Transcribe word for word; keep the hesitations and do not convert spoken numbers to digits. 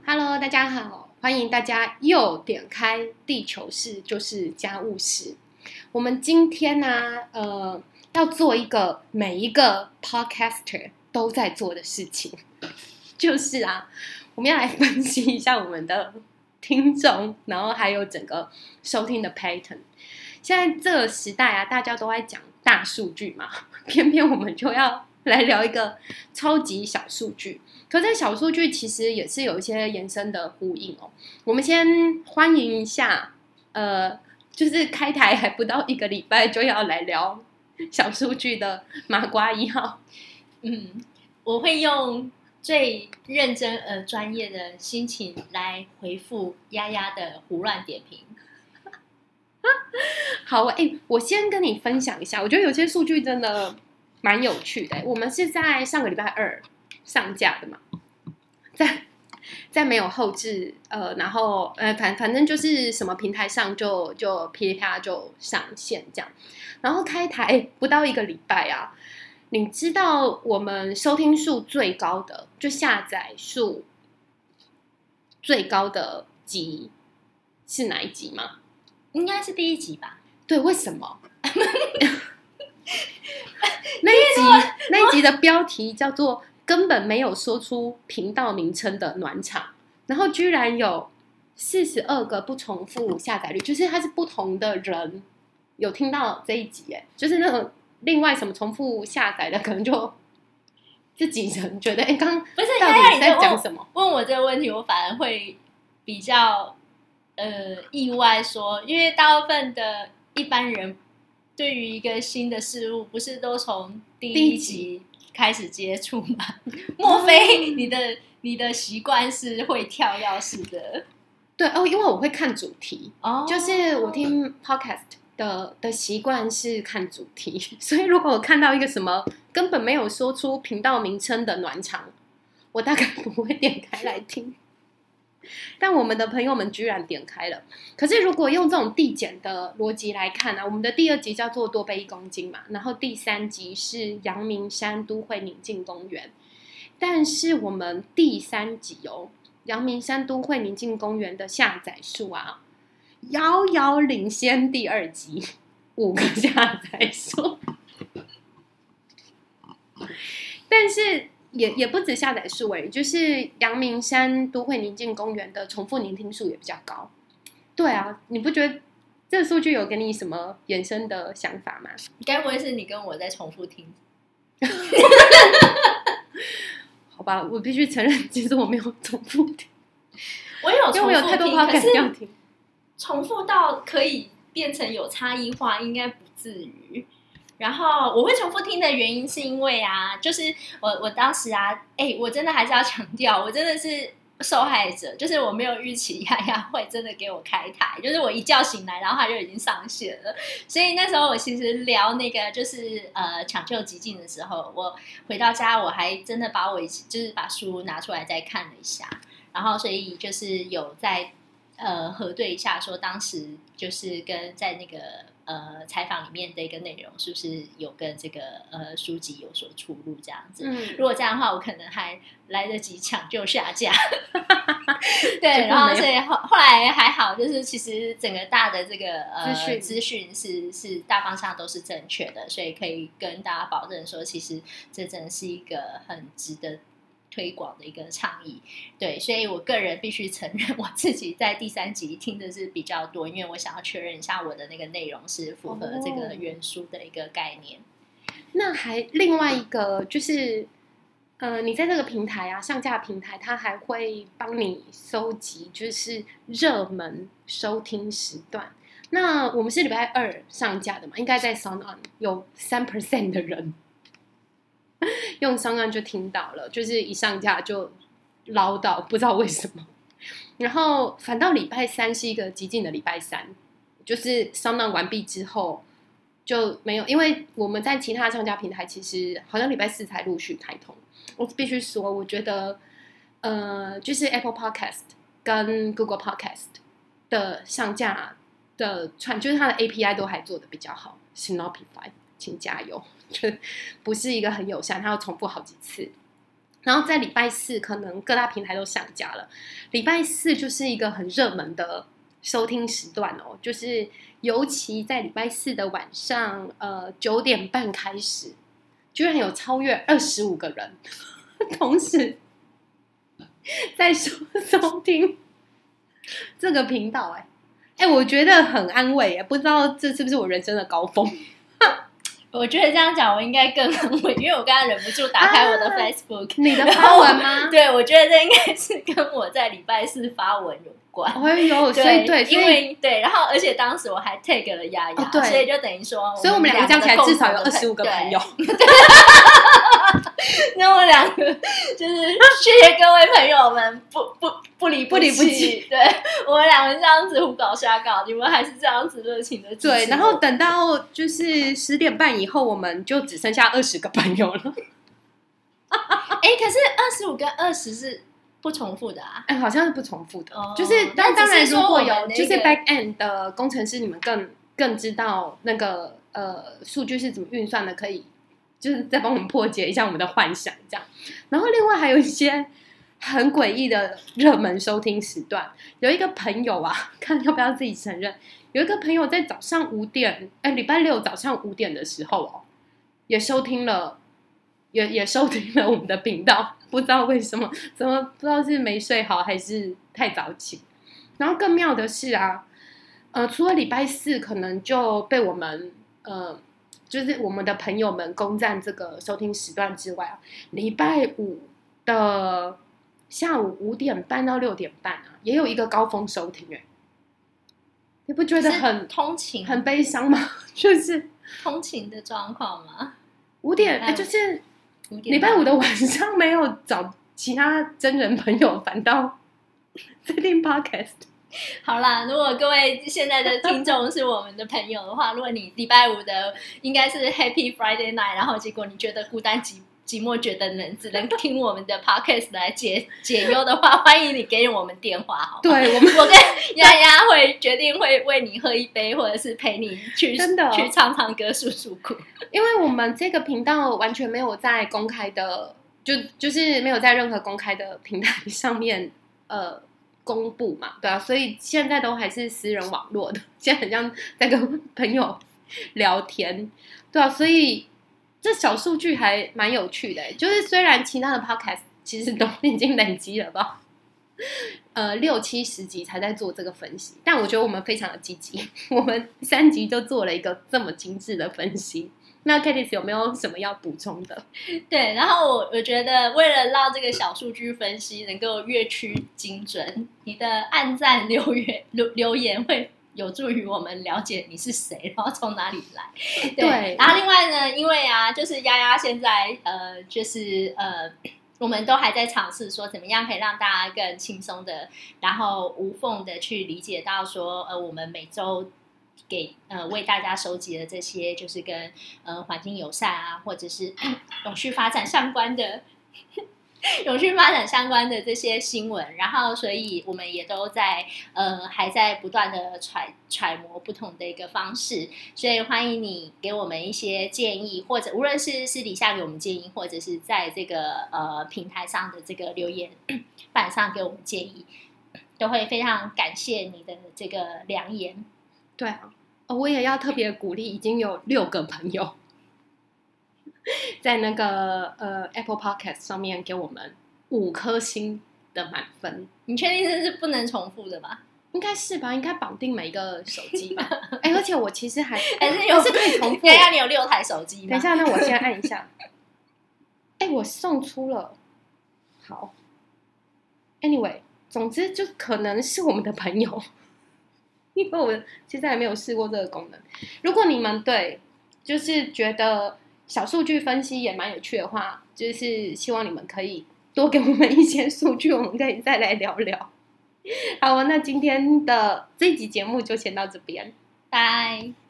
Hello， 大家好，欢迎大家又点开地球室，就是家务室。我们今天呢、啊，呃，要做一个每一个 podcaster 都在做的事情，就是啊，我们要来分析一下我们的听众，然后还有整个收听的 pattern。现在这个时代啊，大家都在讲大数据嘛，偏偏我们就要来聊一个超级小数据。可是小数据其实也是有一些延伸的呼应哦。我们先欢迎一下，呃，就是开台还不到一个礼拜就要来聊小数据的麻瓜一号。 嗯，我会用最认真而专业的心情来回复丫丫的胡乱点评。 好，哎、欸，我先跟你分享一下，我觉得有些数据真的蛮有趣的。我们是在上个礼拜二上架的嘛，在在没有后置，呃，然后呃，反反正就是什么平台上就就噼里啪啦就上线这样，然后开台不到一个礼拜啊，你知道我们收听数最高的，就下载数最高的集是哪一集吗？ 应该是第一集吧？ 对，为什么？那一集那一集的标题叫做根本没有说出频道名称的暖场，然后居然有四十二个不重复下载率，就是它是不同的人有听到这一集，哎，就是那种另外什么重复下载的，可能就自己人觉得，哎，刚不是到底在讲什么？ 问我这个问题，我反而会比较呃意外说，因为大部分的一般人对于一个新的事物，不是都从第一集开始接触吗？莫非你的你的习惯是会跳跃式的？ 对哦，因为我会看主题， 哦， 就是我听 podcast 的的习惯是看主题，所以如果我看到一个什么根本没有说出频道名称的暖场，我大概不会点开来听。但我们的朋友们居然点开了。可是如果用这种递减的逻辑来看啊，我们的第二集叫做多背一公斤嘛，然后第三集是阳明山都会宁静公园，但是我们第三集哦，阳明山都会宁静公园的下载数啊，遥遥领先第二集五个下载数。但是也也不止下载数而已，就是阳明山都会宁静公园的重复聆听数也比较高。对啊，你不觉得这个数据有给你什么延伸的想法吗？ 该不会是你跟我在重复听？ 好吧，我必须承认，其实我没有重复听， 我有重复听， 因为我有太多 podcast 要听， 重复到可以变成有差异化，应该不至于。然后我会重复听的原因是因为啊，就是我我当时啊，哎、欸，我真的还是要强调，我真的是受害者，就是我没有预期丫丫会真的给我开台，就是我一觉醒来，然后它就已经上线了。所以那时候我其实聊那个就是呃抢救急进的时候，我回到家我还真的把我就是把书拿出来再看了一下，然后所以就是有在呃核对一下，说当时就是跟在那个。呃，采访里面的一个内容是不是有跟这个呃书籍有所出入？这样子，嗯，如果这样的话，我可能还来得及抢救下架。对，然后所以后后来还好，就是其实整个大的这个呃资讯是是大方向都是正确的，所以可以跟大家保证说，其实这真的是一个很值得推广的一个倡议。对，所以我个人必须承认，我自己在第三集听的是比较多，因为我想要确认一下我的那个内容是符合这个原书的一个概念。 哦、那还另外一个就是，呃，你在这个平台啊，上架平台，它还会帮你收集就是热门收听时段。那我们是礼拜二上架的嘛，应该在 SoundOn 有三 percent 的人。用上岸就听到了，就是一上架就捞到，不知道为什么。然后反倒礼拜三是一个激进的礼拜三，就是上岸完毕之后就没有，因为我们在其他上架平台其实好像礼拜四才陆续开通。我必须说，我觉得呃，就是 Apple Podcast 跟 Google Podcast 的上架的串，就是它的 A P I 都还做得比较好。Snopify 请加油，就不是一个很友善，它要重复好几次。 然后在礼拜四可能各大平台都上架了，礼拜四就是一个很热门的收听时段哦，就是尤其在礼拜四的晚上，呃九点半开始，居然有超越二十五个人同时在收收听这个频道、欸，哎哎，我觉得很安慰，哎，不知道这是不是我人生的高峰。 我觉得这样讲我应该更安慰，因为我刚刚忍不住打开我的 Facebook，、啊、 你的发文吗？ 对，我觉得这应该是跟我在礼拜四发文有关。 哦有，所以对， 因为对，然后而且当时我还 tag 了丫丫、哦，所以就等于说， 所以我们两个加起来至少有二十五个朋友。 那我们两个就是谢谢各位朋友们不不不离不离不弃， 对我们两个这样子胡搞瞎搞，你们还是这样子热情的支持我。 对，然后等到就是十点半以后，我们就只剩下二十个朋友了。 哎，可是二十五跟二十是不重复的啊？ 哎，好像是不重复的， 哦、 就是当当然如果有、 那個、 就是 back end 的工程师，你们更更知道那个呃数据是怎么运算的，可以。就是再帮我们破解一下我们的幻想，这样。然后另外还有一些很诡异的热门收听时段，有一个朋友啊，看要不要自己承认，有一个朋友在早上五点，哎，礼拜六早上五点的时候哦，也收听了，也也收听了我们的频道，不知道为什么，怎么不知道是没睡好还是太早起。然后更妙的是啊，呃，除了礼拜四可能就被我们呃。就是我们的朋友们攻占这个收听时段之外啊，礼拜五的下午五点半到六点半啊，也有一个高峰收听哎，你不觉得很通勤很悲伤吗？就是通勤的状况吗？ 五点哎，就是礼拜五的晚上没有找其他真人朋友，反倒在听 podcast。 好啦，如果各位现在的听众是我们的朋友的话，如果你礼拜五的应该是 Happy Friday Night， 然后结果你觉得孤单寂寂寞，觉得冷，只能听我们的 podcast 来解解忧的话，欢迎你给我们电话，好吗？ 对，我们我跟丫丫会决定会为你喝一杯，或者是陪你去真的去唱唱歌、诉诉苦。 因为我们这个频道完全没有在公开的，就就是没有在任何公开的平台上面呃。公布嘛，对啊，所以现在都还是私人网络的，现在很像在跟朋友聊天，对啊，所以这小数据还蛮有趣的，就是虽然其他的 podcast 其实都已经累积了吧，呃六七十集才在做这个分析，但我觉得我们非常的积极，我们三集就做了一个这么精致的分析。那 Candice 有没有什么要补充的？ 对，然后我我觉得为了让这个小数据分析能够越趋精准，你的按赞留言留留言会有助于我们了解你是谁，然后从哪里来。对， 对， 然后另外呢，因为啊，就是丫丫现在呃，就是呃。我们都还在尝试说怎么样可以让大家更轻松的，然后无缝的去理解到说，呃，我们每周给呃为大家收集的这些就是跟呃环境友善啊，或者是永续发展相关的永续发展相关的这些新闻，然后所以我们也都在呃还在不断的揣揣摩不同的一个方式，所以欢迎你给我们一些建议，或者无论是私底下给我们建议，或者是在这个呃平台上的这个留言板上给我们建议，都会非常感谢你的这个良言。 对啊，我也要特别鼓励，已经有六个朋友在那个呃 Apple Podcast 上面给我们五颗星的满分。 你确定这是不能重复的吗？ 应该是吧，应该绑定每一个手机吧。哎、欸，而且我其实还还是有是可以重复。 等一下，你有六台手机吗？ 等一下，那我先按一下。哎、欸，我送出了。好 ，Anyway， 总之就可能是我们的朋友。因为我其实还没有试过这个功能。如果你们对就是觉得小数据分析也蛮有趣的话，就是希望你们可以多给我们一些数据，我们可以再来聊聊。好，那今天的这一集节目就先到这边， 拜。